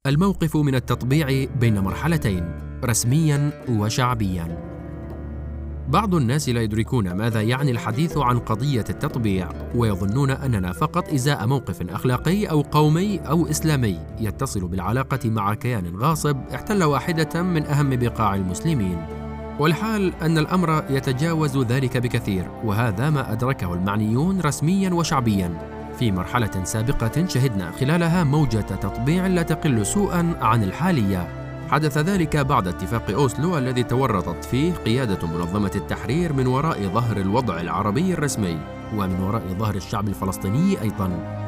الموقف من التطبيع بين مرحلتين، رسمياً وشعبياً. بعض الناس لا يدركون ماذا يعني الحديث عن قضية التطبيع، ويظنون أننا فقط إزاء موقف أخلاقي أو قومي أو إسلامي يتصل بالعلاقة مع كيان غاصب احتل واحدة من أهم بقاع المسلمين. والحال أن الأمر يتجاوز ذلك بكثير، وهذا ما أدركه المعنيون رسمياً وشعبياً. في مرحلة سابقة شهدنا خلالها موجة تطبيع لا تقل سوءاً عن الحالية. حدث ذلك بعد اتفاق أوسلو الذي تورطت فيه قيادة منظمة التحرير من وراء ظهر الوضع العربي الرسمي، ومن وراء ظهر الشعب الفلسطيني أيضاً.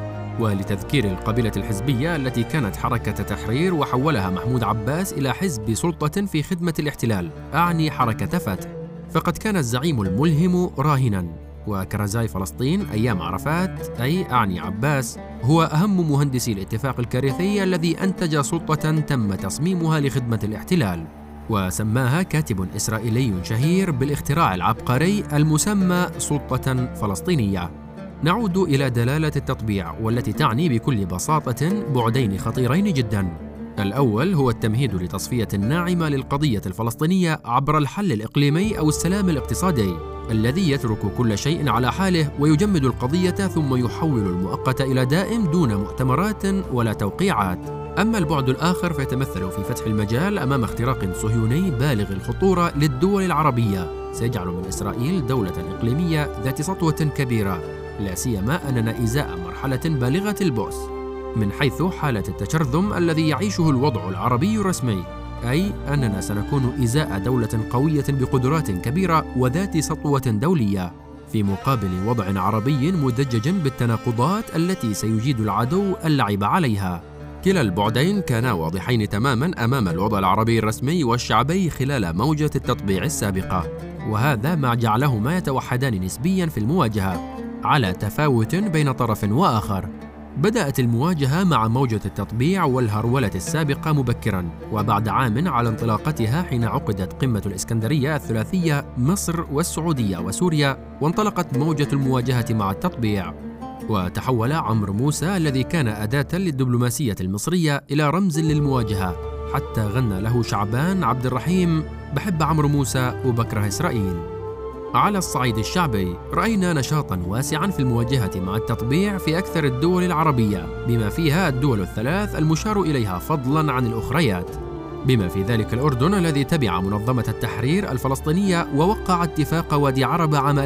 ولتذكير القبيلة الحزبية التي كانت حركة تحرير وحولها محمود عباس إلى حزب سلطة في خدمة الاحتلال، أعني حركة فتح، فقد كان الزعيم الملهم راهناً، وكرزاي فلسطين أيام عرفات أي أعني عباس هو أهم مهندسي الاتفاق الكارثي الذي أنتج سلطة تم تصميمها لخدمة الاحتلال، وسماها كاتب إسرائيلي شهير بالاختراع العبقري المسمى سلطة فلسطينية. نعود إلى دلالة التطبيع، والتي تعني بكل بساطة بعدين خطيرين جدا. الأول هو التمهيد لتصفية ناعمة للقضية الفلسطينية عبر الحل الإقليمي أو السلام الاقتصادي، الذي يترك كل شيء على حاله ويجمد القضية ثم يحول المؤقت إلى دائم دون مؤتمرات ولا توقيعات. أما البعد الآخر فيتمثل في فتح المجال أمام اختراق صهيوني بالغ الخطورة للدول العربية سيجعل من إسرائيل دولة إقليمية ذات سطوة كبيرة، لا سيما أننا إزاء مرحلة بالغة البؤس من حيث حالة التشرذم الذي يعيشه الوضع العربي الرسمي، أي أننا سنكون إزاء دولة قوية بقدرات كبيرة وذات سطوة دولية، في مقابل وضع عربي مدجج بالتناقضات التي سيجيد العدو اللعب عليها. كلا البعدين كانا واضحين تماماً أمام الوضع العربي الرسمي والشعبي خلال موجة التطبيع السابقة، وهذا ما جعلهما يتوحدان نسبياً في المواجهة على تفاوت بين طرف وآخر. بدأت المواجهة مع موجة التطبيع والهرولة السابقة مبكراً، وبعد عام على انطلاقتها حين عقدت قمة الإسكندرية الثلاثية مصر والسعودية وسوريا، وانطلقت موجة المواجهة مع التطبيع، وتحول عمرو موسى الذي كان أداة للدبلوماسية المصرية إلى رمز للمواجهة، حتى غنى له شعبان عبد الرحيم بحب عمرو موسى وبكره إسرائيل. على الصعيد الشعبي رأينا نشاطاً واسعاً في المواجهة مع التطبيع في أكثر الدول العربية، بما فيها الدول الثلاث المشار إليها فضلاً عن الأخريات، بما في ذلك الأردن الذي تبع منظمة التحرير الفلسطينية ووقع اتفاق وادي عرب عام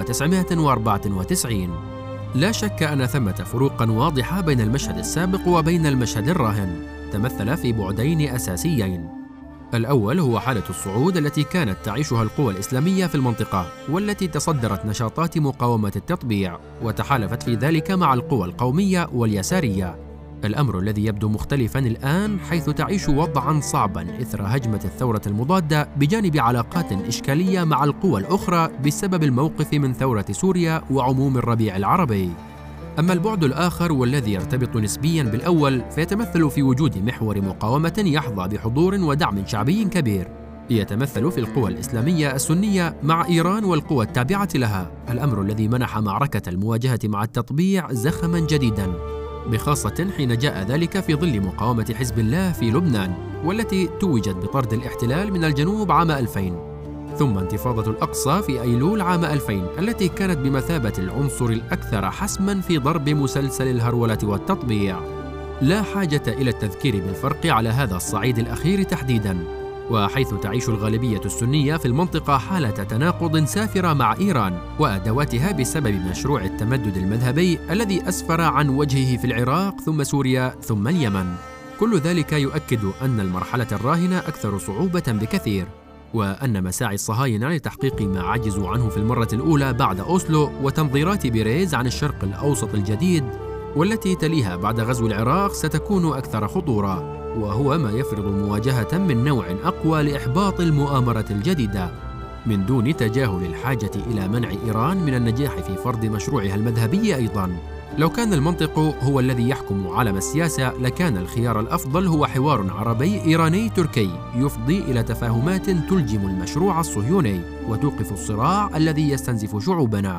1994. لا شك أن ثمة فروقاً واضحة بين المشهد السابق وبين المشهد الراهن، تمثل في بعدين أساسيين. الأول هو حالة الصعود التي كانت تعيشها القوى الإسلامية في المنطقة، والتي تصدرت نشاطات مقاومة التطبيع وتحالفت في ذلك مع القوى القومية واليسارية، الأمر الذي يبدو مختلفاً الآن حيث تعيش وضعاً صعباً إثر هجمة الثورة المضادة، بجانب علاقات إشكالية مع القوى الأخرى بسبب الموقف من ثورة سوريا وعموم الربيع العربي. أما البعد الآخر والذي يرتبط نسبياً بالأول فيتمثل في وجود محور مقاومة يحظى بحضور ودعم شعبي كبير، يتمثل في القوى الإسلامية السنية مع إيران والقوى التابعة لها، الأمر الذي منح معركة المواجهة مع التطبيع زخماً جديداً، بخاصة حين جاء ذلك في ظل مقاومة حزب الله في لبنان، والتي توجت بطرد الاحتلال من الجنوب عام 2000، ثم انتفاضة الأقصى في أيلول عام 2000 التي كانت بمثابة العنصر الأكثر حسماً في ضرب مسلسل الهرولة والتطبيع. لا حاجة إلى التذكير بالفرق على هذا الصعيد الأخير تحديداً، وحيث تعيش الغالبية السنية في المنطقة حالة تناقض سافرة مع إيران وأدواتها بسبب مشروع التمدد المذهبي الذي أسفر عن وجهه في العراق ثم سوريا ثم اليمن. كل ذلك يؤكد أن المرحلة الراهنة أكثر صعوبة بكثير، وأن مساعي الصهاينة لتحقيق ما عجزوا عنه في المرة الأولى بعد أوسلو وتنظيرات بيريز عن الشرق الأوسط الجديد والتي تليها بعد غزو العراق ستكون أكثر خطورة، وهو ما يفرض مواجهة من نوع أقوى لإحباط المؤامرة الجديدة، من دون تجاهل الحاجة إلى منع إيران من النجاح في فرض مشروعها المذهبي أيضاً. لو كان المنطق هو الذي يحكم عالم السياسة لكان الخيار الأفضل هو حوار عربي إيراني تركي يفضي إلى تفاهمات تلجم المشروع الصهيوني وتوقف الصراع الذي يستنزف شعوبنا.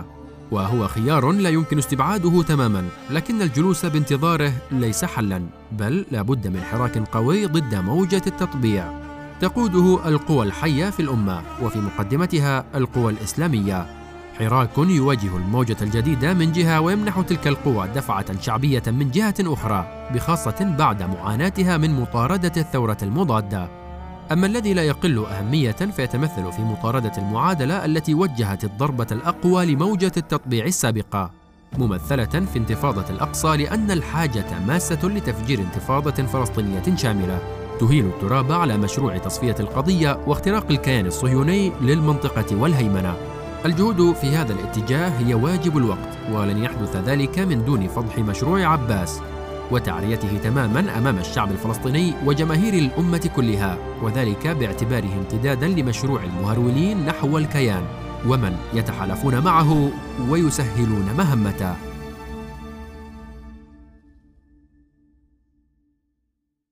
وهو خيار لا يمكن استبعاده تماما، لكن الجلوس بانتظاره ليس حلا، بل لابد من حراك قوي ضد موجة التطبيع تقوده القوى الحية في الأمة، وفي مقدمتها القوى الإسلامية. حراك يواجه الموجة الجديدة من جهة، ويمنح تلك القوى دفعة شعبية من جهة أخرى، بخاصة بعد معاناتها من مطاردة الثورة المضادة. أما الذي لا يقل أهمية فيتمثل في مطاردة المعادلة التي وجهت الضربة الأقوى لموجة التطبيع السابقة، ممثلة في انتفاضة الأقصى، لأن الحاجة ماسة لتفجير انتفاضة فلسطينية شاملة تهيل التراب على مشروع تصفية القضية واختراق الكيان الصهيوني للمنطقة والهيمنة. الجهود في هذا الاتجاه هي واجب الوقت، ولن يحدث ذلك من دون فضح مشروع عباس وتعريته تماما أمام الشعب الفلسطيني وجماهير الأمة كلها، وذلك باعتباره امتدادا لمشروع المهرولين نحو الكيان ومن يتحالفون معه ويسهلون مهمته.